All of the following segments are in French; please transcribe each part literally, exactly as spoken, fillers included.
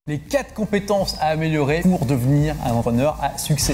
Les quatre compétences à améliorer pour devenir un entrepreneur à succès.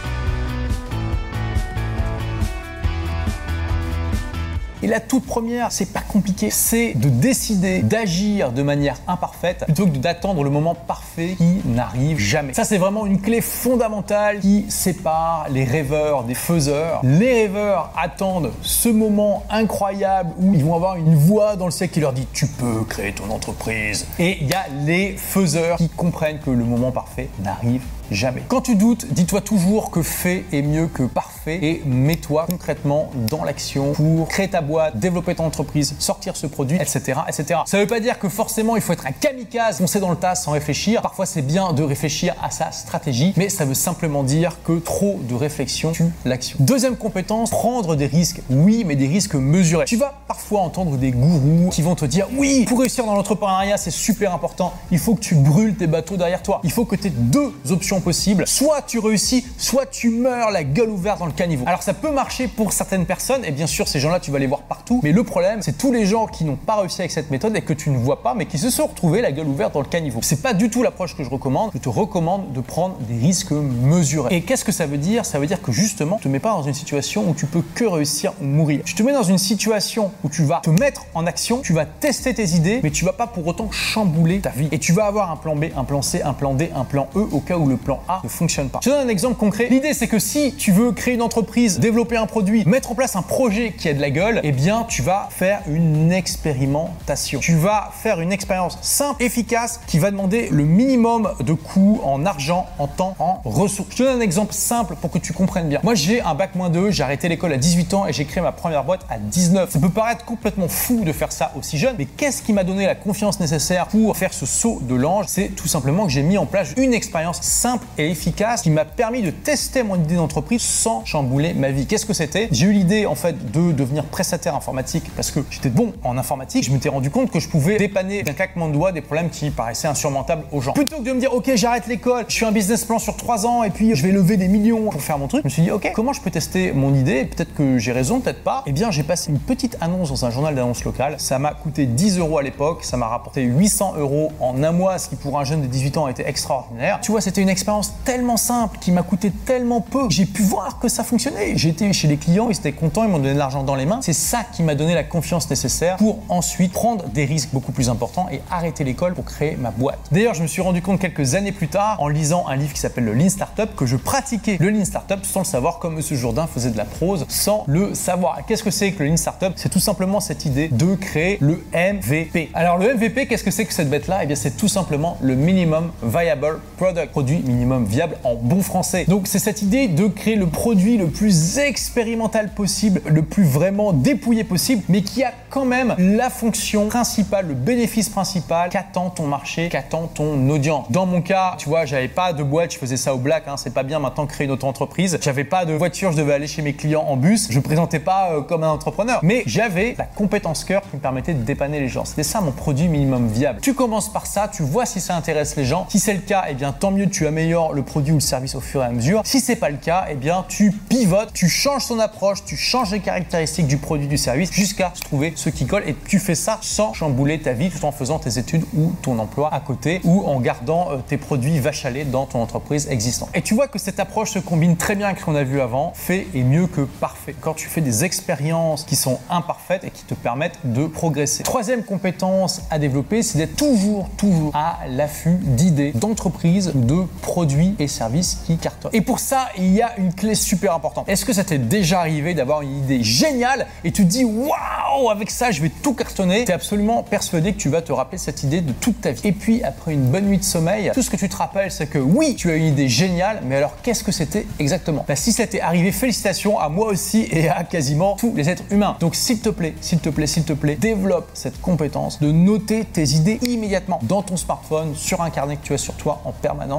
Et la toute première, c'est pas compliqué, c'est de décider d'agir de manière imparfaite plutôt que d'attendre le moment parfait qui n'arrive jamais. Ça, c'est vraiment une clé fondamentale qui sépare les rêveurs des faiseurs. Les rêveurs attendent ce moment incroyable où ils vont avoir une voix dans le ciel qui leur dit « tu peux créer ton entreprise ». Et il y a les faiseurs qui comprennent que le moment parfait n'arrive jamais. Quand tu doutes, dis-toi toujours que fait est mieux que parfait et mets-toi concrètement dans l'action pour créer ta boîte, développer ton entreprise, sortir ce produit, et cetera, et cetera. Ça ne veut pas dire que forcément il faut être un kamikaze, foncer dans le tas sans réfléchir. Parfois c'est bien de réfléchir à sa stratégie, mais ça veut simplement dire que trop de réflexion tue l'action. Deuxième compétence, prendre des risques. Oui, mais des risques mesurés. Tu vas parfois entendre des gourous qui vont te dire « oui, pour réussir dans l'entrepreneuriat, c'est super important. Il faut que tu brûles tes bateaux derrière toi. Il faut que tu aies deux options possible. Soit tu réussis, soit tu meurs la gueule ouverte dans le caniveau. » Alors ça peut marcher pour certaines personnes et bien sûr ces gens-là tu vas les voir partout, mais le problème c'est tous les gens qui n'ont pas réussi avec cette méthode et que tu ne vois pas mais qui se sont retrouvés la gueule ouverte dans le caniveau. C'est pas du tout l'approche que je recommande. Je te recommande de prendre des risques mesurés. Et qu'est-ce que ça veut dire? Ça veut dire que justement tu te mets pas dans une situation où tu peux que réussir ou mourir. Tu te mets dans une situation où tu vas te mettre en action, tu vas tester tes idées, mais tu vas pas pour autant chambouler ta vie. Et tu vas avoir un plan B, un plan C, un plan D, un plan E au cas où le plan A ne fonctionne pas. Je te donne un exemple concret. L'idée, c'est que si tu veux créer une entreprise, développer un produit, mettre en place un projet qui a de la gueule, eh bien, tu vas faire une expérimentation. Tu vas faire une expérience simple, efficace, qui va demander le minimum de coûts en argent, en temps, en ressources. Je te donne un exemple simple pour que tu comprennes bien. Moi, j'ai un bac moins deux, j'ai arrêté l'école à dix-huit ans et j'ai créé ma première boîte à dix-neuf. Ça peut paraître complètement fou de faire ça aussi jeune, mais qu'est-ce qui m'a donné la confiance nécessaire pour faire ce saut de l'ange? C'est tout simplement que j'ai mis en place une expérience simple et efficace qui m'a permis de tester mon idée d'entreprise sans chambouler ma vie. Qu'est-ce que c'était? J'ai eu l'idée en fait de devenir prestataire informatique parce que j'étais bon en informatique. Je m'étais rendu compte que je pouvais dépanner d'un claquement de doigts des problèmes qui paraissaient insurmontables aux gens. Plutôt que de me dire ok j'arrête l'école, je fais un business plan sur trois ans et puis je vais lever des millions pour faire mon truc, je me suis dit ok comment je peux tester mon idée? Peut-être que j'ai raison, peut-être pas. Eh bien j'ai passé une petite annonce dans un journal d'annonces local. Ça m'a coûté dix euros à l'époque, ça m'a rapporté huit cents euros en un mois, ce qui pour un jeune de dix-huit ans était extraordinaire. Tu vois, c'était une expérience tellement simple qui m'a coûté tellement peu. J'ai pu voir que ça fonctionnait. J'ai été chez les clients, ils étaient contents, ils m'ont donné de l'argent dans les mains. C'est ça qui m'a donné la confiance nécessaire pour ensuite prendre des risques beaucoup plus importants et arrêter l'école pour créer ma boîte. D'ailleurs, je me suis rendu compte quelques années plus tard en lisant un livre qui s'appelle le Lean Startup que je pratiquais le Lean Startup sans le savoir, comme Monsieur Jourdain faisait de la prose sans le savoir. Qu'est-ce que c'est que le Lean Startup? C'est tout simplement cette idée de créer le M V P. Alors le M V P, qu'est-ce que c'est que cette bête-là? Eh bien, c'est tout simplement le minimum viable product, produit minimum viable en bon français. Donc c'est cette idée de créer le produit le plus expérimental possible, le plus vraiment dépouillé possible, mais qui a quand même la fonction principale, le bénéfice principal qu'attend ton marché, qu'attend ton audience. Dans mon cas, tu vois, j'avais pas de boîte, je faisais ça au black, hein, c'est pas bien maintenant créer une auto-entreprise. J'avais pas de voiture, je devais aller chez mes clients en bus, je me présentais pas euh, comme un entrepreneur, mais j'avais la compétence cœur qui me permettait de dépanner les gens. C'était ça mon produit minimum viable. Tu commences par ça, tu vois si ça intéresse les gens. Si c'est le cas, eh bien tant mieux, tu améliores le produit ou le service au fur et à mesure. Si c'est pas le cas, eh bien tu pivotes, tu changes ton approche, tu changes les caractéristiques du produit, du service jusqu'à se trouver ce qui colle et tu fais ça sans chambouler ta vie tout en faisant tes études ou ton emploi à côté ou en gardant euh, tes produits vache à lait dans ton entreprise existante. Et tu vois que cette approche se combine très bien avec ce qu'on a vu avant. Fait est mieux que parfait. Quand tu fais des expériences qui sont imparfaites et qui te permettent de progresser. Troisième compétence à développer, c'est d'être toujours, toujours à l'affût d'idées, d'entreprises, de produits et services qui cartonnent. Et pour ça, il y a une clé super importante. Est-ce que ça t'est déjà arrivé d'avoir une idée géniale et tu te dis waouh, avec ça, je vais tout cartonner? Tu es absolument persuadé que tu vas te rappeler cette idée de toute ta vie. Et puis, après une bonne nuit de sommeil, tout ce que tu te rappelles, c'est que oui, tu as une idée géniale, mais alors qu'est-ce que c'était exactement? Bah, si ça t'est arrivé, félicitations à moi aussi et à quasiment tous les êtres humains. Donc, s'il te plaît, s'il te plaît, s'il te plaît, développe cette compétence de noter tes idées immédiatement dans ton smartphone, sur un carnet que tu as sur toi en permanence. Tu vas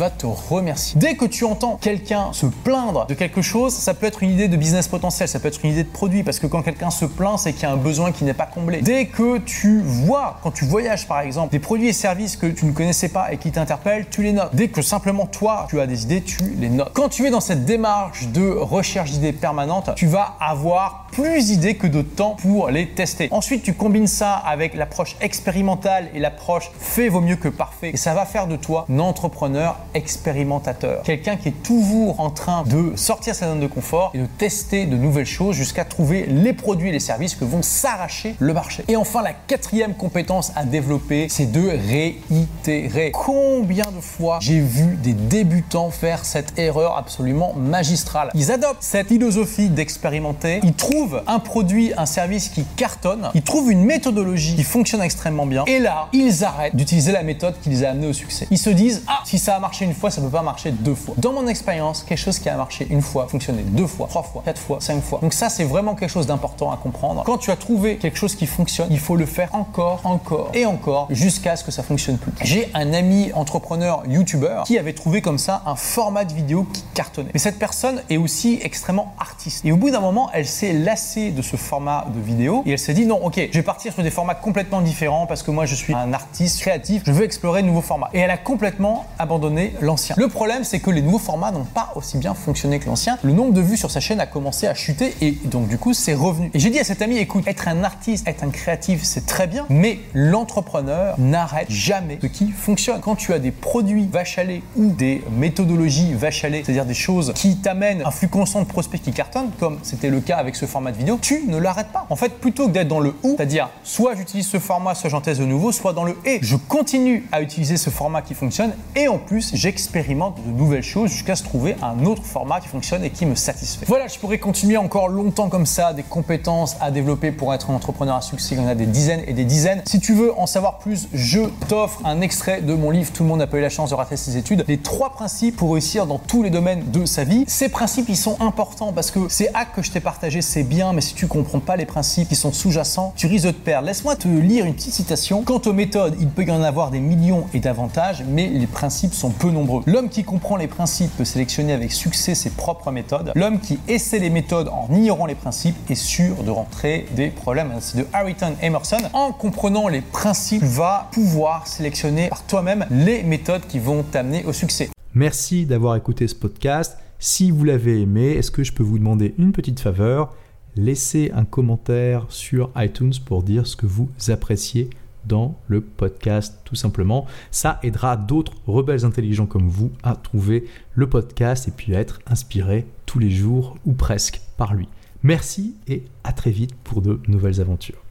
va te remercier. Dès que tu entends quelqu'un se plaindre de quelque chose, ça peut être une idée de business potentiel, ça peut être une idée de produit, parce que quand quelqu'un se plaint, c'est qu'il y a un besoin qui n'est pas comblé. Dès que tu vois, quand tu voyages par exemple, des produits et services que tu ne connaissais pas et qui t'interpellent, tu les notes. Dès que simplement toi, tu as des idées, tu les notes. Quand tu es dans cette démarche de recherche d'idées permanente, tu vas avoir plus d'idées que de temps pour les tester. Ensuite, tu combines ça avec l'approche expérimentale et l'approche fait vaut mieux que parfait, et ça va faire de toi un entrepreneur expérimentateur. Quelqu'un qui est toujours en train de sortir sa zone de confort et de tester de nouvelles choses jusqu'à trouver les produits et les services que vont s'arracher le marché. Et enfin, la quatrième compétence à développer, c'est de réitérer. Combien de fois j'ai vu des débutants faire cette erreur absolument magistrale? Ils adoptent cette philosophie d'expérimenter, ils trouvent un produit, un service qui cartonne, ils trouvent une méthodologie qui fonctionne extrêmement bien, et là, ils arrêtent d'utiliser la méthode qui les a amenés au succès. Ils se disent, ah, si ça a marché une fois, ça peut pas marcher deux fois. Dans mon expérience, quelque chose qui a marché une fois, fonctionné deux fois, trois fois, quatre fois, cinq fois. Donc ça, c'est vraiment quelque chose d'important à comprendre. Quand tu as trouvé quelque chose qui fonctionne, il faut le faire encore, encore et encore jusqu'à ce que ça fonctionne plus. J'ai un ami entrepreneur youtubeur qui avait trouvé comme ça un format de vidéo qui cartonnait. Mais cette personne est aussi extrêmement artiste. Et au bout d'un moment, elle s'est lassée de ce format de vidéo et elle s'est dit non, ok, je vais partir sur des formats complètement différents parce que moi je suis un artiste créatif, je veux explorer de nouveaux formats. Et elle a complètement abandonné l'ancien. Le problème, c'est que les nouveaux formats n'ont pas aussi bien fonctionné que l'ancien. Le nombre de vues sur sa chaîne a commencé à chuter et donc du coup, c'est revenu. Et j'ai dit à cet ami, écoute, être un artiste, être un créatif, c'est très bien, mais l'entrepreneur n'arrête jamais ce qui fonctionne. Quand tu as des produits vache à lait ou des méthodologies vache à lait, c'est-à-dire des choses qui t'amènent un flux constant de prospects qui cartonnent, comme c'était le cas avec ce format de vidéo, tu ne l'arrêtes pas. En fait, plutôt que d'être dans le ou, c'est-à-dire soit j'utilise ce format, soit j'en teste de nouveau, soit dans le et. Je continue à utiliser ce format qui fonctionne et en plus, j'expérimente de nouvelles choses jusqu'à se trouver un autre format qui fonctionne et qui me satisfait. Voilà, je pourrais continuer encore longtemps comme ça, des compétences à développer pour être un entrepreneur à succès. Il y en a des dizaines et des dizaines. Si tu veux en savoir plus, je t'offre un extrait de mon livre « Tout le monde n'a pas eu la chance de rater ses études ». Les trois principes pour réussir dans tous les domaines de sa vie. Ces principes, ils sont importants parce que ces hacks que je t'ai partagés, c'est bien, mais si tu comprends pas les principes qui sont sous-jacents, tu risques de te perdre. Laisse-moi te lire une petite citation. Quant aux méthodes, il peut y en avoir des millions et davantage, mais les principes sont peu nombreux. L'homme qui comprend les principes peut sélectionner avec succès ses propres méthodes. L'homme qui essaie les méthodes en ignorant les principes est sûr de rentrer des problèmes. C'est de Harrington Emerson. En comprenant les principes, tu vas pouvoir sélectionner par toi-même les méthodes qui vont t'amener au succès. Merci d'avoir écouté ce podcast. Si vous l'avez aimé, est-ce que je peux vous demander une petite faveur? Laissez un commentaire sur iTunes pour dire ce que vous appréciez dans le podcast, tout simplement. Ça aidera d'autres rebelles intelligents comme vous à trouver le podcast et puis à être inspirés tous les jours ou presque par lui. Merci et à très vite pour de nouvelles aventures.